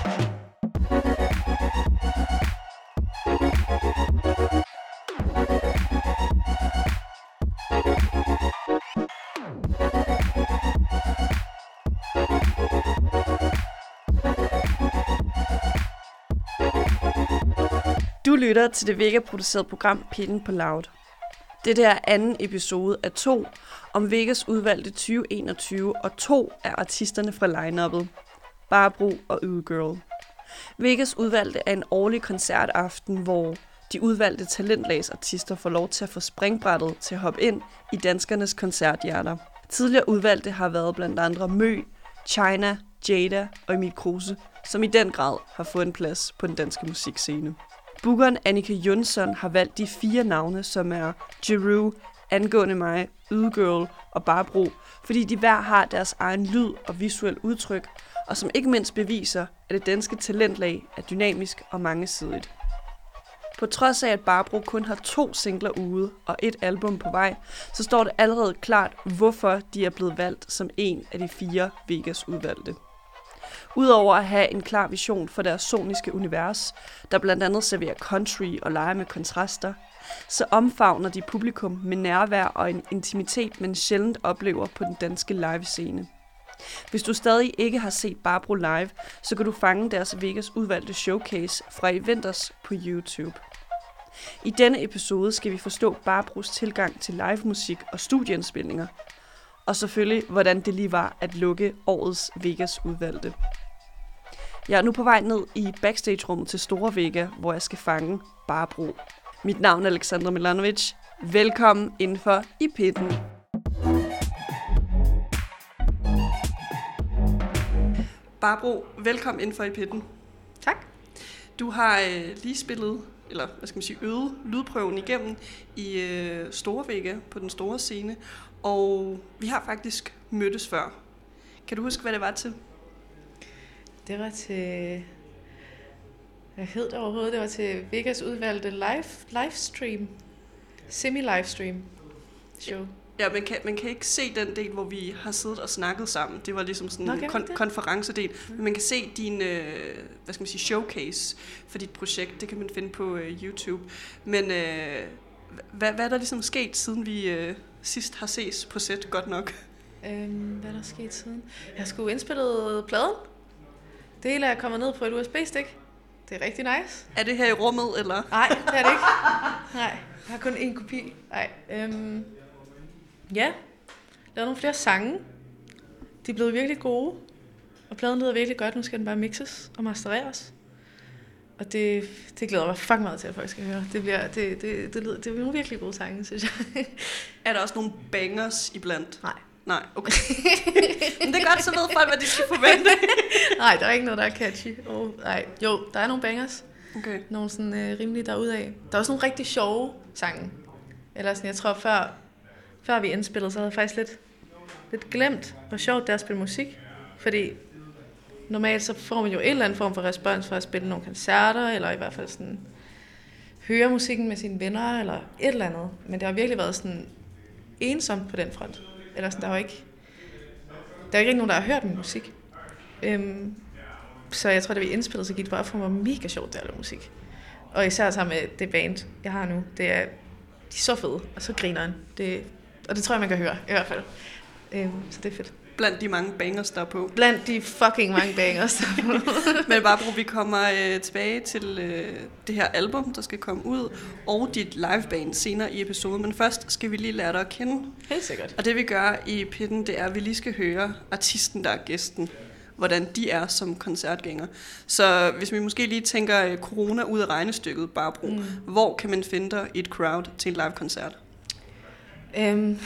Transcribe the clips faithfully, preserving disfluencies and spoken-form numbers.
Du lytter til det Vega-producerede program Pitten på Loud. Dette er anden episode af to om Vegas udvalgte tyve enogtyve og to af artisterne fra line-uppet, Barbro og Ydegirl. Vegas udvalgte er en årlig koncertaften, hvor de udvalgte talentlagsartister får lov til at få springbrættet til at hoppe ind i danskernes koncerthjerter. Tidligere udvalgte har været blandt andre Mø, China, Jada og Emil Kruse, som i den grad har fået en plads på den danske musikscene. Bookeren Annika Jonsson har valgt de fire navne, som er Jeru, Angående mig, Ydegirl og Barbro, fordi de hver har deres egen lyd og visuel udtryk, og som ikke mindst beviser, at det danske talentlag er dynamisk og mangesidigt. På trods af, at Barbro kun har to singler ude og et album på vej, så står det allerede klart, hvorfor de er blevet valgt som en af de fire Vegas udvalgte. Udover at have en klar vision for deres soniske univers, der blandt andet serverer country og leger med kontraster, så omfavner de publikum med nærvær og en intimitet, man sjældent oplever på den danske livescene. Hvis du stadig ikke har set Barbro live, så kan du fange deres Vegas udvalgte showcase fra Eventers på YouTube. I denne episode skal vi forstå Barbros tilgang til livemusik og studieindspilninger, og selvfølgelig, hvordan det lige var at lukke årets Vegas udvalgte. Jeg er nu på vej ned i backstage-rummet til Store Vega, hvor jeg skal fange Barbro. Mit navn er Alexandra Milanovic. Velkommen indenfor i Pitten. Barbro, velkommen indenfor i Pitten. Tak. Du har øh, lige spillet, eller hvad skal man sige, øvet lydprøven igennem i øh, Store Vega på den store scene. Og vi har faktisk mødtes før. Kan du huske, hvad det var til? Det var til... Hvad hed det overhovedet? Det var til Vegas udvalgte live, livestream. Semi-livestream show. Ja, man kan, man kan ikke se den del, hvor vi har siddet og snakket sammen. Det var ligesom sådan en kon- konferencedel. Mm. Men man kan se din øh, hvad skal man sige, showcase for dit projekt. Det kan man finde på øh, YouTube. Men øh, hvad, hvad er der ligesom sket, siden vi... Øh, sidst har ses på set, godt nok? Øhm, hvad er der sket siden? Jeg har sgu indspillet pladen. Det hele er kommet ned på et U S B-stik. Det er rigtig nice. Er det her i rummet, eller? Nej, det er det ikke. Nej, jeg har kun én kopi. Nej. Øhm, ja, lavet nogle flere sange. De er blevet virkelig gode. Og pladen lyder virkelig godt. Nu skal den bare mixes og mastereres. Og det, det glæder mig fucking meget til, at folk skal høre. Det bliver, det, det, det, lyder, det bliver nogle virkelig gode sange, synes jeg. Er der også nogle bangers iblandt? Nej. Nej, okay. Men det er godt, så ved folk, hvad de skal forvente. Nej, der er ikke noget, der er catchy. Oh, nej. Jo, der er nogle bangers. Okay. Nogle sådan øh, rimelige derudaf. Der er også nogle rigtig sjove sange. Eller sådan, jeg tror, før, før vi indspillede, så havde jeg faktisk lidt, lidt glemt, hvor sjovt det er at spille musik. Fordi normalt så får man jo en eller anden form for respons for at spille nogle koncerter, eller i hvert fald sådan høre musikken med sine venner, eller et eller andet. Men det har virkelig været sådan ensomt på den front. Eller sådan, der er jo ikke, der er ikke nogen, der har hørt min musik. Øhm, så jeg tror, da vi indspillede, så gik det bare for mig mega sjovt, det at lave musik. Og især sammen med det band, jeg har nu. Det er, de er så fede, og så grineren. Det, og det tror jeg, man kan høre, i hvert fald. Øhm, så det er fedt. Blandt de mange bangers, der er på. Blandt de fucking mange bangers, der er på. Men Barbro, vi kommer øh, tilbage til øh, det her album, der skal komme ud, og dit liveband senere i episoden. Men først skal vi lige lære dig at kende. Helt sikkert. Og det vi gør i Pitten, det er, at vi lige skal høre artisten, der er gæsten, hvordan de er som koncertgænger. Så hvis vi måske lige tænker corona ud af regnestykket, Barbro, mm. hvor kan man finde dig i et crowd til en live-koncert? Øhm...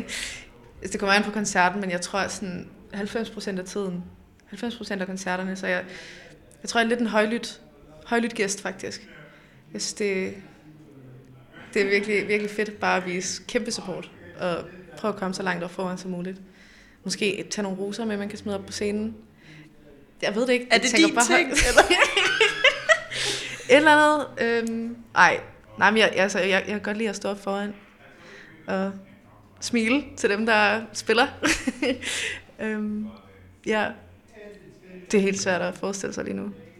Det kommer an på koncerten, men jeg tror sådan halvfems procent af tiden, halvfems procent af koncerterne, så jeg, jeg tror, jeg er lidt en højlydt, højlydt gæst, faktisk. Jeg synes, det, det er virkelig, virkelig fedt bare at vise kæmpe support, og prøve at komme så langt op foran som muligt. Måske tage nogle roser med, man kan smide op på scenen. Jeg ved det ikke. Er det din bare ting? Eller? Et eller andet. Øhm, ej, nej, men jeg, altså, jeg, jeg kan godt lide at stå op foran og smile til dem, der spiller. øhm, ja, det er helt svært at forestille sig lige nu.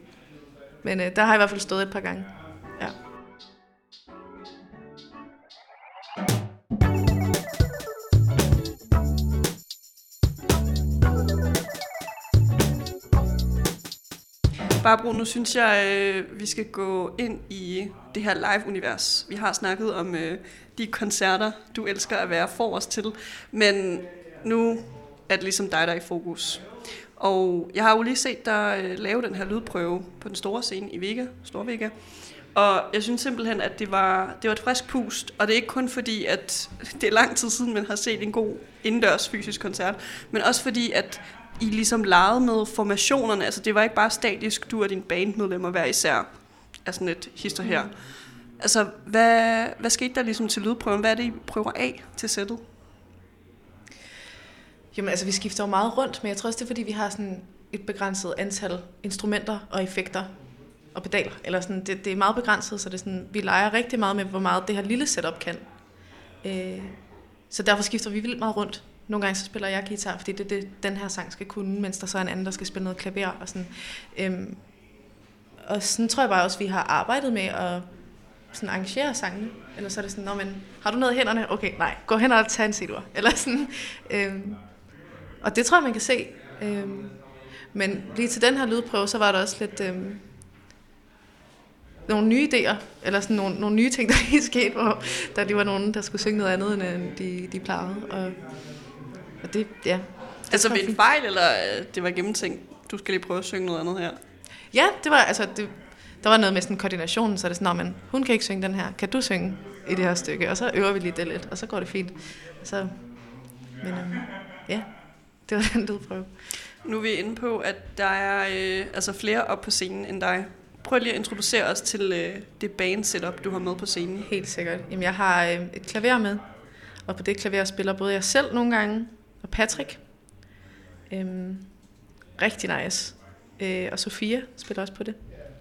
Men øh, der har jeg i hvert fald stået et par gange. Ja. Barbro, nu synes jeg, øh, vi skal gå ind i det her live-univers. Vi har snakket om øh, de koncerter, du elsker at være forrest til, men nu er det ligesom dig, der er i fokus. Og jeg har jo lige set dig øh, lave den her lydprøve på den store scene i Vega, Storvega. Og jeg synes simpelthen, at det var, det var et frisk pust, og det er ikke kun fordi, at det er lang tid siden, man har set en god indendørs fysisk koncert, men også fordi, at I ligesom legede med formationerne. Altså det var ikke bare statisk, du og dine bandmedlemmer hver især er sådan et hister her. Mm. Altså hvad, hvad skete der ligesom til lydprøven? Hvad er det, I prøver af til sættet? Jamen altså vi skifter jo meget rundt, men jeg tror også det er fordi vi har sådan et begrænset antal instrumenter og effekter og pedaler. Eller sådan, det, det er meget begrænset, så det er sådan, vi leger rigtig meget med, hvor meget det her lille setup kan. Øh, så derfor skifter vi vildt meget rundt. Nogle gange så spiller jeg guitar, fordi det er det, den her sang skal kunne, mens der så er en anden, der skal spille noget klaver. Og sådan, øhm, og sådan tror jeg bare også, vi har arbejdet med at sådan arrangere sangene. Eller så er det sådan, nå, men har du noget i hænderne? Okay, nej, gå hen og tag en C-dur. Eller sådan. Øhm, og det tror jeg, man kan se. Øhm, men lige til den her lydprøve, så var der også lidt øhm, nogle nye idéer, eller sådan nogle, nogle nye ting, der lige skete, hvor der lige var nogen, der skulle synge noget andet, end de, de plejede. Og Og det, ja. Det altså ved en fejl, eller det var gennemtænkt, du skal lige prøve at synge noget andet her? Ja, det var, altså, det, der var noget med sådan koordinationen, så det er sådan, men hun kan ikke synge den her, kan du synge i det her stykke? Og så øver vi lige det lidt, og så går det fint. Så, men øhm, ja, det var den lydprøve. Nu er vi inde på, at der er øh, altså flere op på scenen end dig. Prøv lige at introducere os til øh, det band-setup, du har med på scenen. Helt sikkert. Jamen, jeg har øh, et klaver med, og på det klaver spiller både jeg selv nogle gange, og Patrick. Øhm, rigtig nice. Øh, og Sofia spiller også på det.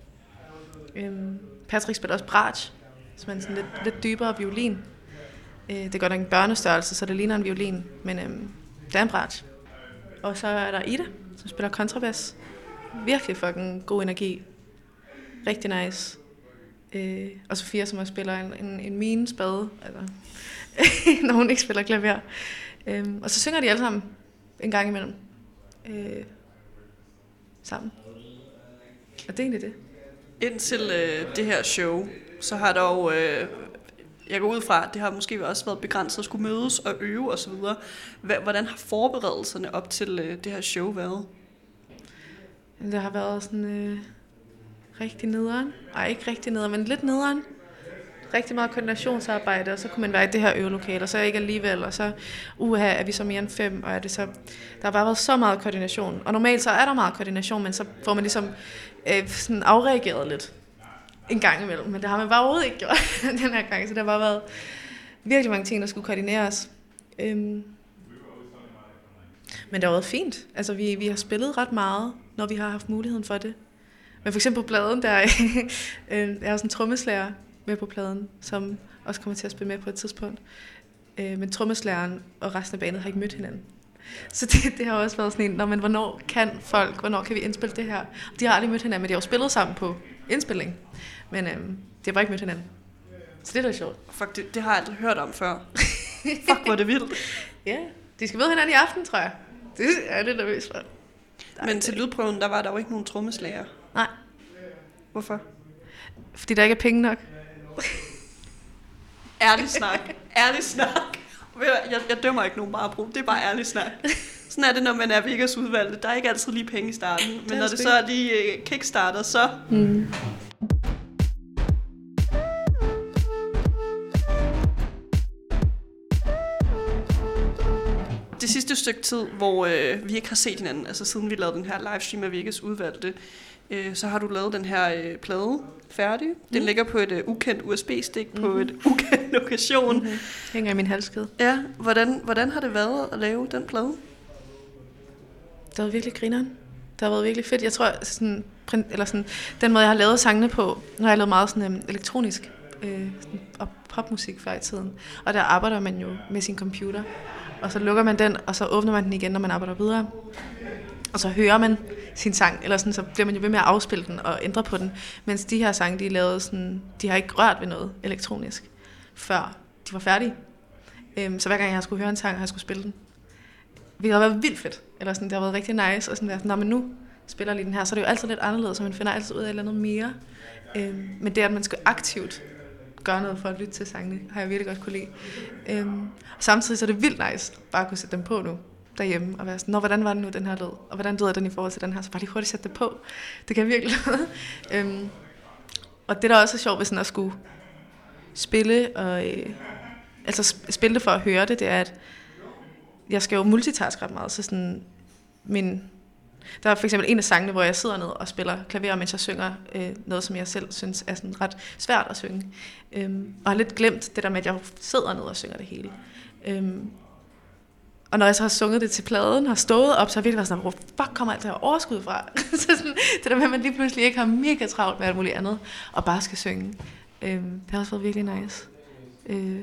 Øhm, Patrick spiller også bratsch, som er en sådan lidt, lidt dybere violin. Øh, det er godt nok en børnestørrelse, så det ligner en violin, men øhm, det er en bratsch. Og så er der Ida, som spiller kontrabas. Virkelig fucking god energi. Rigtig nice. Øh, og Sofia, som også spiller en, en, en minespade, altså, når hun ikke spiller klaver. Øhm, og så synger de alle sammen en gang imellem. Øh, sammen. Og det er egentlig det. Indtil øh, det her show, så har der jo, øh, jeg går ud fra, at det har måske også været begrænset at skulle mødes og øve osv. Hvordan har forberedelserne op til øh, det her show været? Det har været sådan øh, rigtig nederen. Ej, ikke rigtig nederen, men lidt nederen. Rigtig meget koordinationsarbejde, og så kunne man være i det her øvelokale, og så er jeg ikke alligevel, og så uha, er vi så mere end fem, og er det så, der har bare været så meget koordination, og normalt så er der meget koordination, men så får man ligesom øh, sådan afreageret lidt en gang imellem, men det har man bare overhovedet ikke gjort den her gang, så der har bare været virkelig mange ting, der skulle koordineres. Øhm. Men det har været fint, altså vi, vi har spillet ret meget, når vi har haft muligheden for det. Men for eksempel på pladen, der er jeg har sådan en trommeslager med på pladen, som også kommer til at spille med på et tidspunkt. Øh, men trommeslageren og resten af bandet har ikke mødt hinanden. Så det, det har også været sådan en, Nå, men hvornår kan folk, hvornår kan vi indspille det her? De har aldrig mødt hinanden, men de har jo spillet sammen på indspilling. Men øhm, de har bare ikke mødt hinanden. Så det er da sjovt. Fuck, det, det har jeg aldrig hørt om før. Fuck, hvor er det vildt. Ja, de skal møde hinanden i aften, tror jeg. Det er lidt nervøs for. Men til lydprøven, der var der jo ikke nogen trommeslager. Nej. Hvorfor? Fordi der ikke er penge nok. Ærlig snak. Ærlig snak. Jeg, jeg dømmer ikke nogen bare brug. Det er bare ærlig snak. Sådan er det, når man er Vegas udvalgte. Der er ikke altid lige penge i starten. Men det når det så er lige uh, kickstarter, så... Mm. Det sidste stykke tid, hvor øh, vi ikke har set hinanden, altså siden vi lavede den her livestream af Vegas udvalgte, øh, så har du lavet den her øh, plade færdig. Den mm. ligger på et øh, ukendt U S B-stik mm-hmm. på et ukendt lokation. Mm-hmm. Hænger i min halskæde. Ja, hvordan, hvordan har det været at lave den plade? Det har været virkelig grineren. Det har været virkelig fedt. Jeg tror, sådan, eller sådan, den måde, jeg har lavet sangene på, nu har jeg lavet meget sådan, um, elektronisk øh, sådan, og popmusik før i tiden. Og der arbejder man jo med sin computer. Og så lukker man den, og så åbner man den igen, når man arbejder videre. Og så hører man sin sang, eller sådan, så bliver man jo ved med at afspille den og ændre på den. Mens de her sange, de er lavet sådan, de har ikke rørt ved noget elektronisk, før de var færdige. Øhm, så hver gang jeg skulle høre en sang, har jeg skulle spille den. Det har været vildt fedt, eller sådan, det har været rigtig nice, og sådan der, nå, men nu spiller jeg lige den her, så er det jo altid lidt anderledes, så man finder altid ud af et eller andet mere. Øhm, men det, at man skal aktivt gøre noget for at lytte til sangene, har jeg virkelig godt kunne lide. Øhm, samtidig så er det vildt nice, bare at kunne sætte dem på nu, derhjemme, og være sådan, nå, hvordan var det nu, den her lød? Og hvordan lyder den i forhold til den her? Så bare lige hurtigt sætte det på. Det kan virkelig noget. øhm, og det, der også er sjovt ved sådan at skulle spille, og, øh, altså spille det for at høre det, det er, at jeg skal jo multitaske ret meget, så sådan min... Der er for eksempel en af sangene, hvor jeg sidder ned og spiller klaver, mens jeg synger øh, noget, som jeg selv synes er sådan ret svært at synge. Øhm, og har lidt glemt det der med, at jeg sidder ned og synger det hele. Øhm, og når jeg så har sunget det til pladen, har stået op, så har jeg virkelig været sådan, hvor fuck kommer alt det her overskud fra? Så sådan, det der med, at man lige pludselig ikke har mega travlt med alt muligt andet, og bare skal synge. Øhm, det har også været virkelig nice. Øh,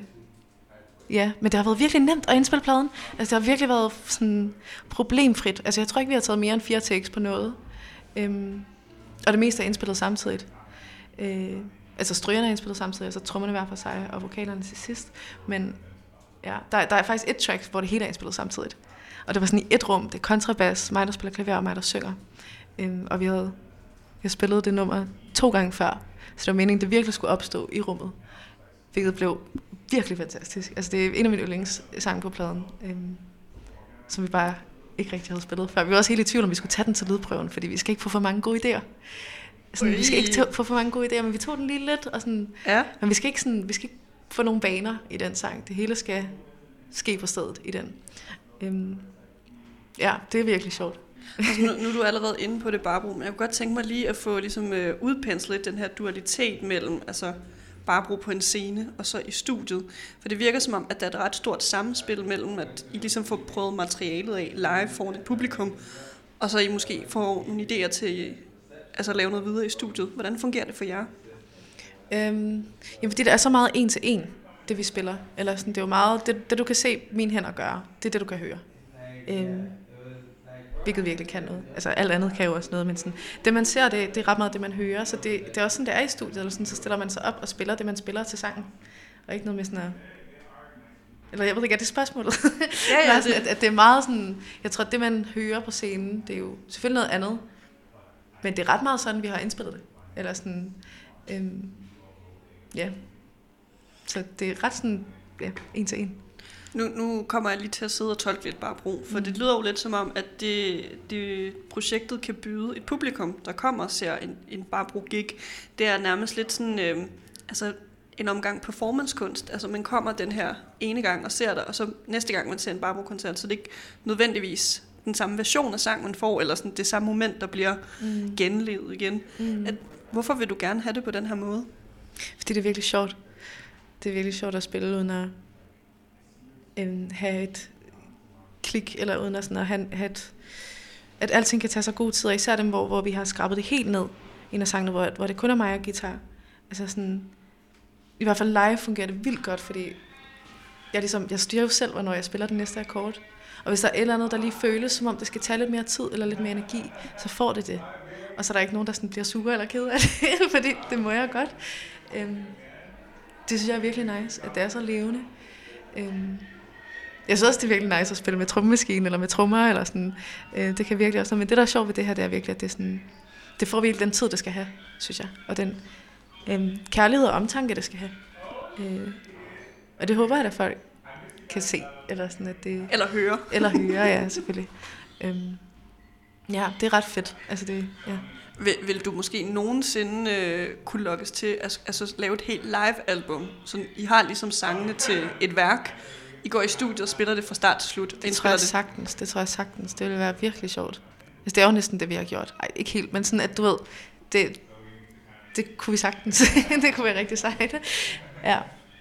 Ja, men det har været virkelig nemt at indspille pladen. Altså, det har virkelig været sådan problemfrit. Altså, jeg tror ikke, vi har taget mere end fire takes på noget. Øhm, og det meste er indspillet samtidigt. Øh, altså, strygerne er indspillet samtidig, og så trommerne hver for sig, og vokalerne til sidst. Men ja, der, der er faktisk et track, hvor det hele er indspillet samtidigt. Og det var sådan i et rum. Det er kontrabas, mig, der spiller klaver, og mig, der synger. Øhm, og vi havde, vi havde spillet det nummer to gange før. Så det var meningen, det virkelig skulle opstå i rummet. Hvilket blev virkelig fantastisk. Altså, det er en af mine yndlingssange på pladen, øhm, som vi bare ikke rigtig havde spillet før. Vi var også helt i tvivl, om vi skulle tage den til lydprøven, fordi vi skal ikke få for mange gode idéer. Sådan, vi skal ikke t- få for mange gode idéer, men vi tog den lige lidt, og sådan, ja. Men vi skal, ikke sådan, vi skal ikke få nogle baner i den sang. Det hele skal ske på stedet i den. Øhm, ja, det er virkelig sjovt. Altså, nu, nu er du allerede inde på det, Barbro, men jeg kunne godt tænke mig lige at få ligesom, øh, udpenslet den her dualitet mellem altså, Barbro på en scene og så i studiet. For det virker som om, at der er et ret stort samspil mellem, at I ligesom får prøvet materialet af live foran et publikum, og så I måske får nogle idéer til altså, at lave noget videre i studiet. Hvordan fungerer det for jer? Øhm, jamen, fordi det er så meget en til en, det vi spiller. Eller sådan, det er jo meget, det, det du kan se mine hænder gøre, det er det, du kan høre. Øhm, hvilket virkelig kan noget. Altså alt andet kan jo også noget, men sådan, det man ser, det, det er ret meget det, man hører. Så det, det er også sådan, det er i studiet, eller sådan, så stiller man sig op og spiller det, man spiller til sangen. Og ikke noget med sådan at... Eller jeg ved ikke, er det spørgsmålet? Ja, ja, det... At, at det er meget sådan... Jeg tror, at det, man hører på scenen, det er jo selvfølgelig noget andet. Men det er ret meget sådan, vi har indspillet det. Eller sådan... Øhm, ja. Så det er ret sådan... Ja, en til en. Nu, nu kommer jeg lige til at sidde og tolke lidt Barbro, for mm. det lyder jo lidt som om, at det, det projektet kan byde et publikum, der kommer og ser en, en Barbro-gig. Det er nærmest lidt sådan, øh, altså en omgang performancekunst. Altså man kommer den her ene gang og ser det, og så næste gang man ser en Barbro-koncert, så det er ikke nødvendigvis den samme version af sang, man får, eller sådan det samme moment, der bliver mm. genlevet igen. Mm. At, hvorfor vil du gerne have det på den her måde? Fordi det er virkelig sjovt. Det er virkelig sjovt at spille uden at øhm, have et klik, eller uden at, sådan at have, have et, at alting kan tage sig god tid, og især dem, hvor, hvor vi har skrabet det helt ned, en af sangene, hvor, hvor det kun er mig og guitar. Altså sådan, i hvert fald live fungerer det vildt godt, fordi jeg, ligesom, jeg styrer jo selv, hvornår jeg spiller den næste akkord. Og hvis der er et eller andet, der lige føles, som om det skal tage lidt mere tid, eller lidt mere energi, så får det det. Og så er der ikke nogen, der sådan bliver sure eller ked af det, fordi det må jeg godt. Øhm, det synes jeg er virkelig nice, at det er så levende. Øhm, jeg synes også, det er virkelig nice at spille med trommemaskine, eller med trommer, eller sådan. Øh, det kan virkelig også. Men det, der er sjovt ved det her, det er virkelig, at det, er sådan, det får virkelig den tid, det skal have, synes jeg. Og den øhm, kærlighed og omtanke, det skal have. Øh, og det håber jeg, at folk kan se. Eller, sådan, at det, eller høre. Eller høre, ja, selvfølgelig. Øhm, ja, det er ret fedt. Altså det, ja. Vil, vil du måske nogensinde øh, kunne lokkes til at altså, lave et helt live-album? Så I har ligesom sangene til et værk. I går i studiet og spiller det fra start til slut. Det tror jeg det. sagtens. Det tror jeg sagtens. Det ville være virkelig sjovt. Altså, det er jo næsten det, vi har gjort. Ej, ikke helt, men sådan at du ved, det, det kunne vi sagtens. Det kunne være rigtig sejt. Ja.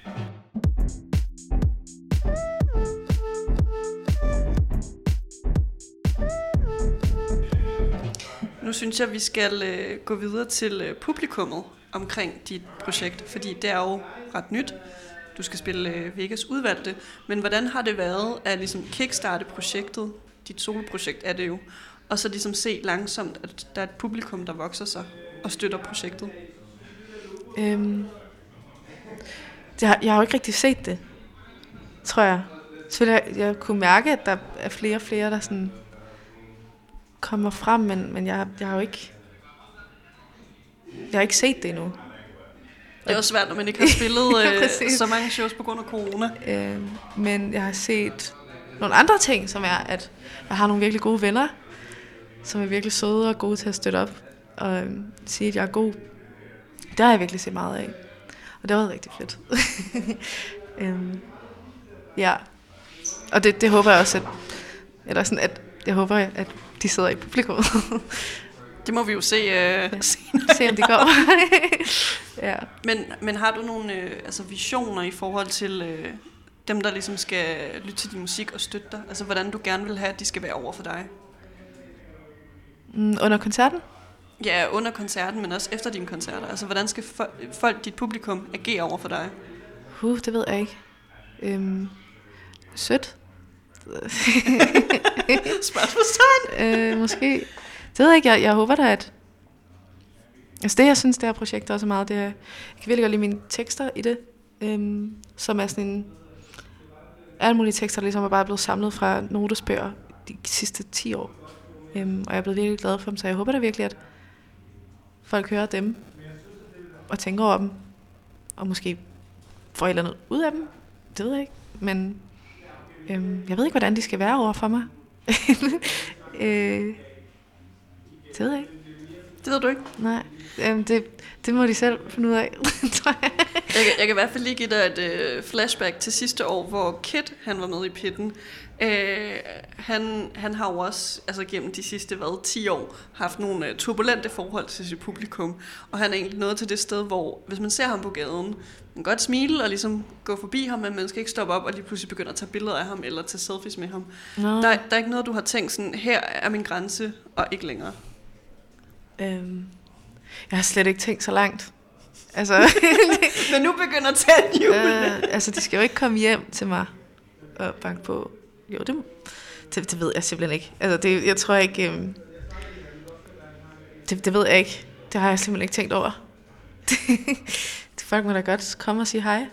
Nu synes jeg, vi skal øh, gå videre til øh, publikummet omkring dit projekt, fordi det er jo ret nyt. Du skal spille øh, Vegas udvalgte, men hvordan har det været at ligesom kickstarte projektet, dit soloprojekt er det jo, og så ligesom se langsomt, at der er et publikum, der vokser sig og støtter projektet? Øhm, det har, jeg har jo ikke rigtig set det, tror jeg. Så jeg, jeg kunne mærke, at der er flere og flere, der sådan kommer frem, men, men jeg, jeg har jo ikke jeg har ikke set det endnu. Det er også svært, når man ikke har spillet øh, så mange shows på grund af corona. Øh, men jeg har set nogle andre ting, som er, at jeg har nogle virkelig gode venner, som er virkelig søde og gode til at støtte op og øh, sige, at jeg er god. Det har jeg virkelig set meget af. Og det har været rigtig fedt. øhm, ja. Og det, det håber jeg også, at, eller sådan, at jeg håber, at de sidder i publikum. Det må vi jo se øh, ja. senere. Se, om de går. ja. Men, men har du nogle øh, altså visioner i forhold til øh, dem, der ligesom skal lytte til din musik og støtte dig? Altså, hvordan du gerne vil have, at de skal være over for dig? Mm, under koncerten? Ja, under koncerten, men også efter dine koncerter. Altså, hvordan skal fo- folk, dit publikum, agere over for dig? Uh, det ved jeg ikke. Øhm, sødt. Spørgsmålstegn? øh, måske. Det ved jeg ikke. Jeg, jeg håber da, at... Altså det, jeg synes, det her projekt også er meget, det er... Jeg kan virkelig godt lide mine tekster i det, øhm, som er sådan en... Alle mulige tekster, der ligesom er bare blevet samlet fra notesbøger de sidste ti år. Øhm, og jeg er blevet virkelig glad for dem, så jeg håber da virkelig, at folk hører dem og tænker over dem, og måske får et eller andet ud af dem. Det ved jeg ikke, men øhm, jeg ved ikke, hvordan de skal være over for mig. øh, det ved jeg ikke. Det ved du ikke? Nej, øhm, det, det må de selv finde ud af, tror jeg. Jeg kan, jeg kan i hvert fald lige give dig et øh, flashback til sidste år, hvor Kid, han var med i Pitten. Øh, han, han har jo også, altså gennem de sidste, hvad, ti år, haft nogle øh, turbulente forhold til sit publikum. Og han er egentlig nået til det sted, hvor, hvis man ser ham på gaden, man kan godt smile og ligesom gå forbi ham, men man skal ikke stoppe op og lige pludselig begynde at tage billeder af ham, eller tage selfies med ham. No. Der, der er ikke noget, du har tænkt sådan, her er min grænse, og ikke længere. Øhm, jeg har slet ikke tænkt så langt. Altså, men nu begynder at tage en jul. øh, altså, de skal jo ikke komme hjem til mig og banke på. Jo, det, det, det ved jeg simpelthen ikke. Altså, det, jeg tror ikke... Øhm, det, det ved jeg ikke. Det har jeg simpelthen ikke tænkt over. Det folk må da godt komme og sige hej.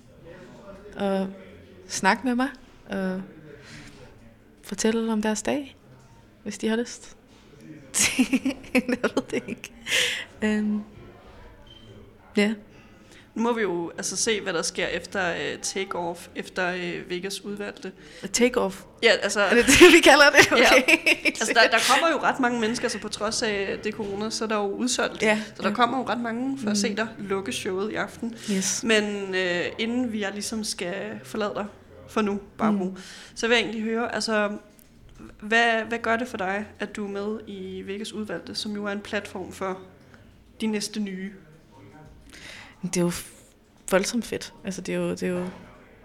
Og snakke med mig. Og fortælle om deres dag, hvis de har lyst. Jeg ved det ikke. Um, ja. Yeah. Nu må vi jo altså se, hvad der sker efter uh, take-off, efter uh, Vegas udvalgte. Take-off? Ja, altså... Er det det, vi kalder det? Okay. Ja. Altså, der, der kommer jo ret mange mennesker, så på trods af det corona, så er der jo udsolgt. Ja. Så der ja. kommer jo ret mange for at mm. se dig lukke showet i aften. Yes. Men uh, inden vi ligesom skal forlade dig for nu, Barbro, mm. så vil jeg egentlig høre, altså... Hvad, hvad gør det for dig, at du er med i Vegas udvalgte, som jo er en platform for de næste nye? Det er jo voldsomt fedt. Altså, det er jo... Det er jo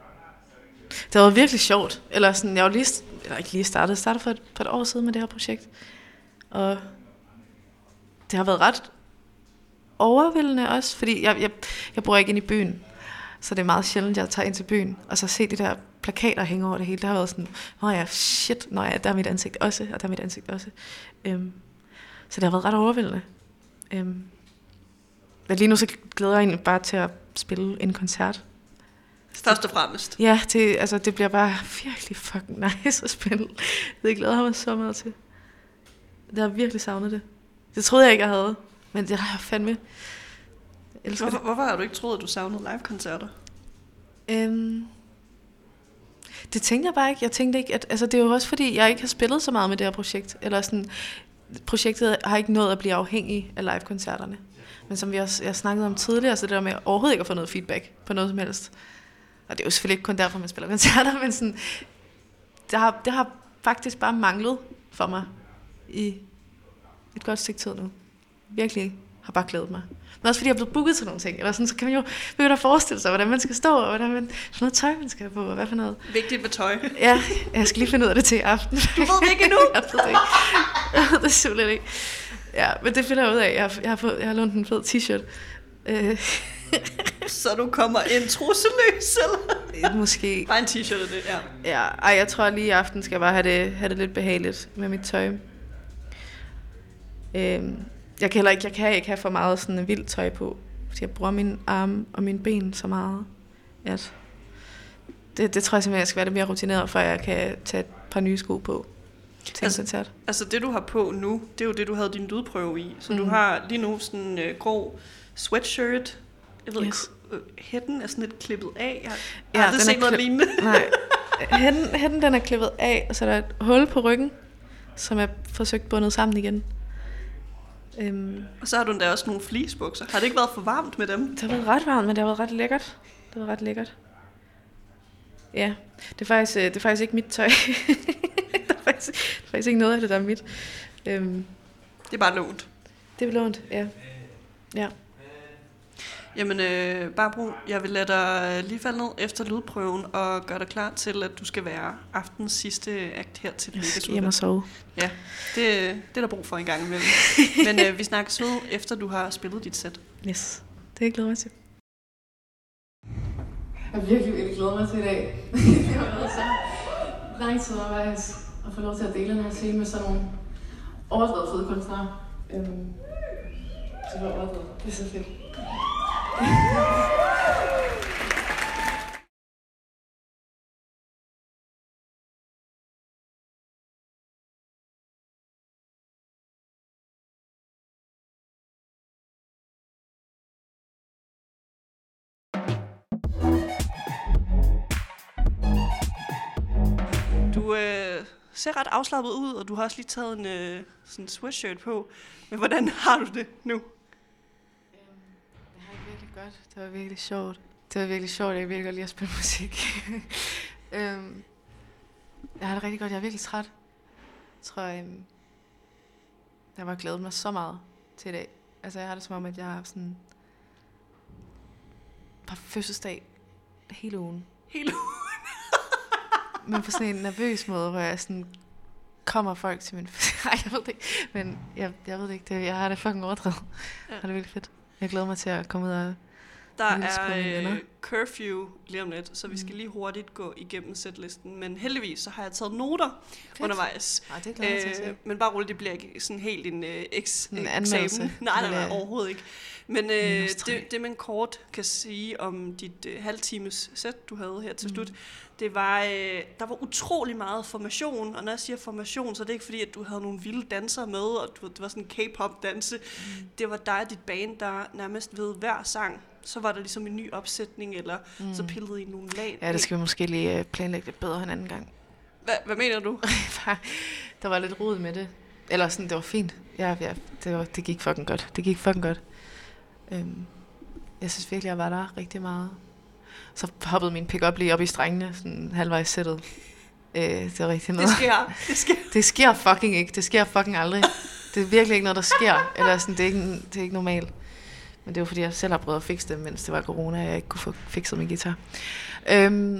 det har været virkelig sjovt. Eller sådan, jeg har jo lige... Eller ikke lige startet. Jeg startede for et, for et år siden med det her projekt. Og det har været ret overvældende også, fordi jeg, jeg, jeg bor ikke inde i byen. Så det er meget sjældent, jeg tager ind til byen, og så se de der plakater hænge over det hele. Det har været sådan, nå ja, shit, nå ja, der er mit ansigt også, og der er mit ansigt også. Øhm, så det har været ret overvældende. Øhm, men lige nu så glæder jeg egentlig bare til at spille en koncert. Først og fremmest. Ja, det, altså, det bliver bare virkelig fucking nice at spille. Det glæder jeg mig så meget til. Det har virkelig savnet det. Det troede jeg ikke, jeg havde, men det har jeg fandme. Hvorfor, hvorfor har du ikke troet, at du savnede live-koncerter? Øhm, det tænkte jeg bare ikke. Jeg tænkte ikke, at altså, det er jo også fordi, jeg ikke har spillet så meget med det her projekt. Eller sådan, projektet har ikke nået at blive afhængig af live-koncerterne. Men som vi også jeg snakket om tidligere, så det der med overhovedet ikke at få noget feedback på noget som helst. Og det er jo selvfølgelig ikke kun derfor, man spiller koncerter, men sådan, det har, det har faktisk bare manglet for mig i et godt stykke tid nu. Virkelig har bare glædet mig. Men også fordi jeg er blevet booket til nogle ting. Eller sådan, så kan man jo begynde at forestille sig, hvordan man skal stå, og hvordan man, sådan noget tøj, man skal have på, og hvad for noget. Vigtigt med tøj. Ja, jeg skal lige finde ud af det til i aften. Du ved det ikke endnu? Jeg ved det ikke. Jeg ved det simpelthen ikke. Ja, men det finder jeg ud af. Jeg har, jeg har, fået, jeg har lånt en fed t-shirt. Øh. Så du kommer en trusseløs, eller? Måske. Bare en t-shirt af det, ja. Ja, ej, jeg tror lige i aften skal jeg bare have det, have det lidt behageligt med mit tøj. Øhm, jeg kan heller ikke, jeg kan ikke have for meget sådan vildt tøj på, fordi jeg bruger mine arme og mine ben så meget, at det, det tror jeg simpelthen, jeg skal være lidt mere rutineret, før jeg kan tage et par nye sko på til altså, en koncert. Altså det, du har på nu, det er jo det, du havde din lydprøve i. Så mm. du har lige nu sådan en øh, grå sweatshirt. Jeg ved yes. ikke, hætten er sådan lidt klippet af. Jeg har ja, aldrig set noget klip- lignende. Nej, hætten, hætten den er klippet af, og så er der et hul på ryggen, som er forsøgt bundet sammen igen. Um, og så har du endda også nogle fleecebukser. Har det ikke været for varmt med dem? Det har været ret varmt, men det har været ret lækkert. Det har været ret lækkert. Ja, det er faktisk, det er faktisk ikke mit tøj. det, er faktisk, det er faktisk ikke noget af det, der er mit. Um, det er bare lånt. Det er lånt, ja. Ja. Jamen, øh, Barbro, jeg vil lade dig lige falde ned efter lydprøven og gøre dig klar til, at du skal være aftens sidste akt her til Jeg Vegas. skal hjem og sove. Ja, det, det er der brug for en gang imellem. Men øh, vi snakkes ved, efter du har spillet dit sæt. Yes, det glæder mig til. Jeg har virkelig, virkelig glædet mig til i dag. Det har været så lang tid undervejs at få lov til at dele den her scene med sådan nogle overdrevet fede kunstnere. Øhm, så det var overdrevet. Det er så fedt. Du øh, ser ret afslappet ud, og du har også lige taget en øh, sådan sweatshirt på. Men hvordan har du det nu? Det har jeg virkelig godt. Det var virkelig sjovt. Det var virkelig sjovt. Jeg kan virkelig godt lide at spille musik. øhm, jeg har det rigtig godt. Jeg er virkelig træt. Jeg tror, øhm, jeg var glædet mig så meget til i dag. Altså, jeg har det som om, at jeg har haft sådan par fødselsdag hele ugen. Hele ugen? Men på sådan en nervøs måde, hvor jeg sådan kommer folk til min fødselsdag. Nej, jeg ved det ikke. Men jeg, jeg ved det ikke. Det, jeg har det fucking overdrevet. Ja. Jeg har det virkelig fedt. Jeg glæder mig til at komme ud og Der er øh, curfew lige om lidt, så vi skal lige hurtigt gå igennem setlisten. Men heldigvis så har jeg taget noter fedt. Undervejs. Ej, det glæder jeg til at se. Men bare roligt, det bliver ikke sådan helt en øh, eks- en eksamen. Nej, nej, nej, overhovedet ikke. Men øh, det, det man kort kan sige om dit øh, halvtimes set, du havde her til slut, mm. det var, øh, der var utrolig meget formation. Og når jeg siger formation, så er det ikke fordi, at du havde nogle vilde dansere med, og du, det var sådan en K-pop danse. Mm. Det var dig og dit band, der nærmest ved hver sang, så var der ligesom en ny opsætning, eller mm. så pillede I nogle lag. Ja, det skal vi måske lige planlægge lidt bedre en anden gang. Hva, hvad mener du? Der var lidt rod med det. Eller sådan, det var fint. Ja, ja det, var, det gik fucking godt. Det gik fucking godt. Øhm, jeg synes virkelig, jeg var der rigtig meget. Så hoppede min pick-up lige op i strengene, sådan halvvejs sættet. Øh, det var rigtig noget. Det sker. Det sker. Det sker fucking ikke. Det sker fucking aldrig. Det er virkelig ikke noget, der sker. Eller sådan, det er ikke, det er ikke normalt. Men det var fordi, jeg selv har prøvet at fikse det, mens det var corona, og jeg ikke kunne få fikset min guitar. Øhm,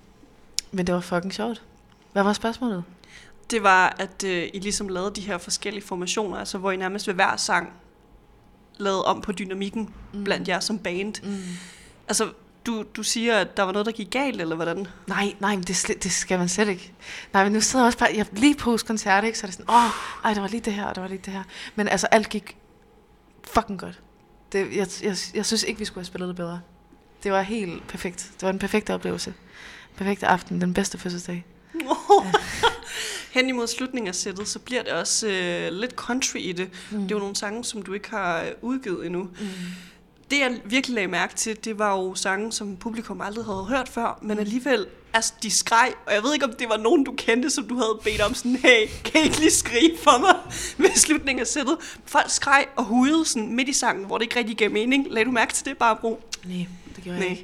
men det var fucking sjovt. Hvad var spørgsmålet? Det var, at øh, I ligesom lavede de her forskellige formationer, altså hvor I nærmest ved hver sang lavede om på dynamikken mm. blandt jer som band. Mm. Altså, du, du siger, at der var noget, der gik galt, eller hvordan? Nej, nej, men det, det skal man slet ikke. Nej, men nu sidder jeg også bare, jeg lige post-koncert, ikke? Så er det sådan, åh, oh, ej, der var lige det her, og der var lige det her. Men altså, alt gik fucking godt. Det, jeg, jeg, jeg synes ikke, vi skulle have spillet det bedre. Det var helt perfekt. Det var en perfekt oplevelse. Perfekt aften. Den bedste fødselsdag. Oh. Ja. Hen imod slutningen af sættet, så bliver det også øh, lidt country i det. Mm. Det er jo nogle sange, som du ikke har udgivet endnu. Mm. Det, jeg virkelig lagde mærke til, det var jo sange, som publikum aldrig havde hørt før, men alligevel, altså, de skreg, og jeg ved ikke, om det var nogen, du kendte, som du havde bedt om sådan, hey, kan I ikke lige skrige for mig ved slutningen af sættet? Folk skreg og hudede sådan midt i sangen, hvor det ikke rigtig gav mening. Lagde du mærke til det, Barbro? Nej, det gjorde jeg ikke.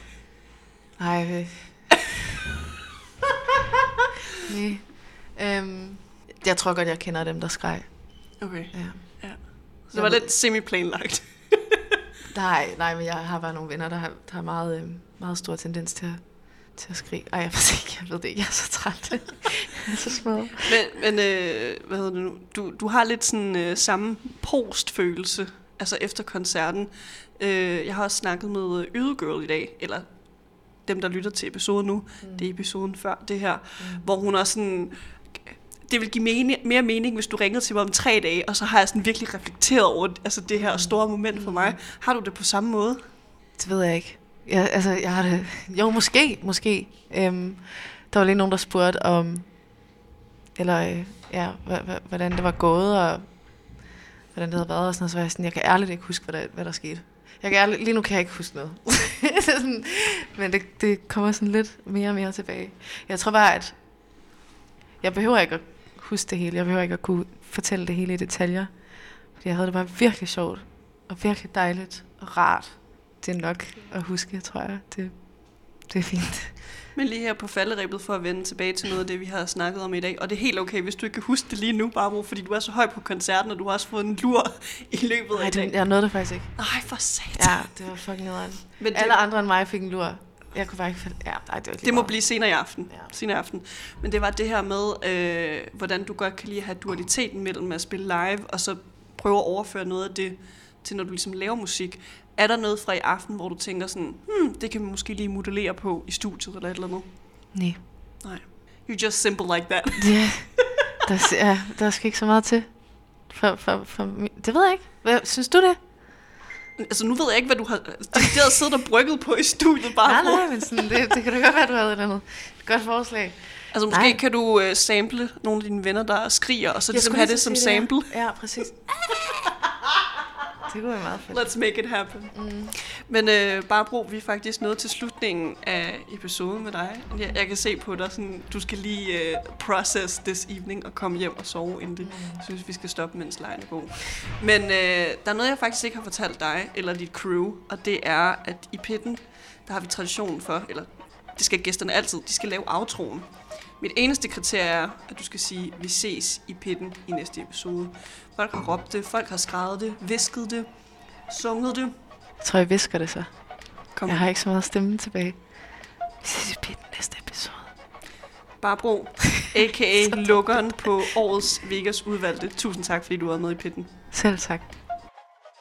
Nej. Nej. Nej. Øhm, jeg tror godt, jeg kender dem, der skreg. Okay. Ja. Ja. Så det var lidt semi-planlagt. nej, nej, men jeg har bare nogle venner, der har, der har meget, øh, meget stor tendens til at, til at skrige. Ej, jeg ved ikke, jeg ved det ikke, jeg er så træt. Jeg er så små. Men, men øh, hvad hedder det nu? Du, du har lidt sådan øh, samme postfølelse, altså efter koncerten. Øh, jeg har også snakket med Ydegirl i dag, eller dem, der lytter til episoden nu. Mm. Det er episoden før det her, mm. hvor hun også sådan... det vil give mening, mere mening, hvis du ringede til mig om tre dage, og så har jeg sådan virkelig reflekteret over altså det her store moment for mig. Har du det på samme måde? Det ved jeg ikke. Jeg, altså, jeg har det... Jo, måske, måske. Øhm, der var lige nogen, der spurgte om... Eller, øh, ja, h- h- hvordan det var gået, og hvordan det havde været, og sådan noget. Så var jeg sådan, jeg kan ærligt ikke huske, hvad der, hvad der skete. Jeg kan ærligt, lige nu kan jeg ikke huske noget. sådan, men det, det kommer sådan lidt mere og mere tilbage. Jeg tror bare, at... Jeg behøver ikke at huske det hele. Jeg behøver ikke at kunne fortælle det hele i detaljer. Fordi jeg havde det bare virkelig sjovt, og virkelig dejligt og rart. Det er nok at huske, tror jeg. Det, det er fint. Men lige her på falderebet for at vende tilbage til noget af det, vi har snakket om i dag. Og det er helt okay, hvis du ikke kan huske det lige nu, Barbro, fordi du er så høj på koncerten, og du har også fået en lur i løbet Nej, af det, dagen. jeg nåede det faktisk ikke. Nej, for satan. Ja, det var fucking nederen. Men alle andre end mig fik en lur. Jeg kunne bare ikke... Ja, nej, det var det må blive senere i aften. Ja. Senere i aften. Men det var det her med, øh, hvordan du godt kan lide at have dualiteten mellem at spille live, og så prøve at overføre noget af det til, når du ligesom laver musik. Er der noget fra i aften, hvor du tænker sådan, hmm, det kan man måske lige modellere på i studiet eller et eller andet? Nej. Nej. You're just simple like that. Ja, der, ja, der skal ikke så meget til. For, for, for, det ved jeg ikke. Hvad, synes du det? Altså, nu ved jeg ikke, hvad du har decideret siddet og brygget på i studiet, bare. Nej, nej, men sådan, det, det kan da godt være, du havde et eller andet. Et godt forslag. Altså, måske nej. kan du uh, sample nogle af dine venner, der skriger, og så ligesom have det som det, sample. Ja, ja præcis. Det kunne være meget fedt. Let's make it happen. Mm. Men øh, Barbro, vi er faktisk nået til slutningen af episoden med dig. Jeg, jeg kan se på dig, sådan, du skal lige øh, process this evening og komme hjem og sove inden det. Mm. Jeg synes, vi skal stoppe, mens lejen er god. Men øh, der er noget, jeg faktisk ikke har fortalt dig eller dit crew, og det er, at i Pitten, der har vi tradition for, eller det skal gæsterne altid, de skal lave outroen. Mit eneste kriterie er, at du skal sige, vi ses i Pitten i næste episode. Folk har råbt det, folk har skrevet det, visket det, sunget det. Jeg tror, jeg visker det så. Kom. Jeg har ikke så meget stemme tilbage. Vi ses i Pitten næste episode. Barbro, a k a lukkeren på årets Vegas udvalgte. Tusind tak, fordi du var med i Pitten. Selv tak.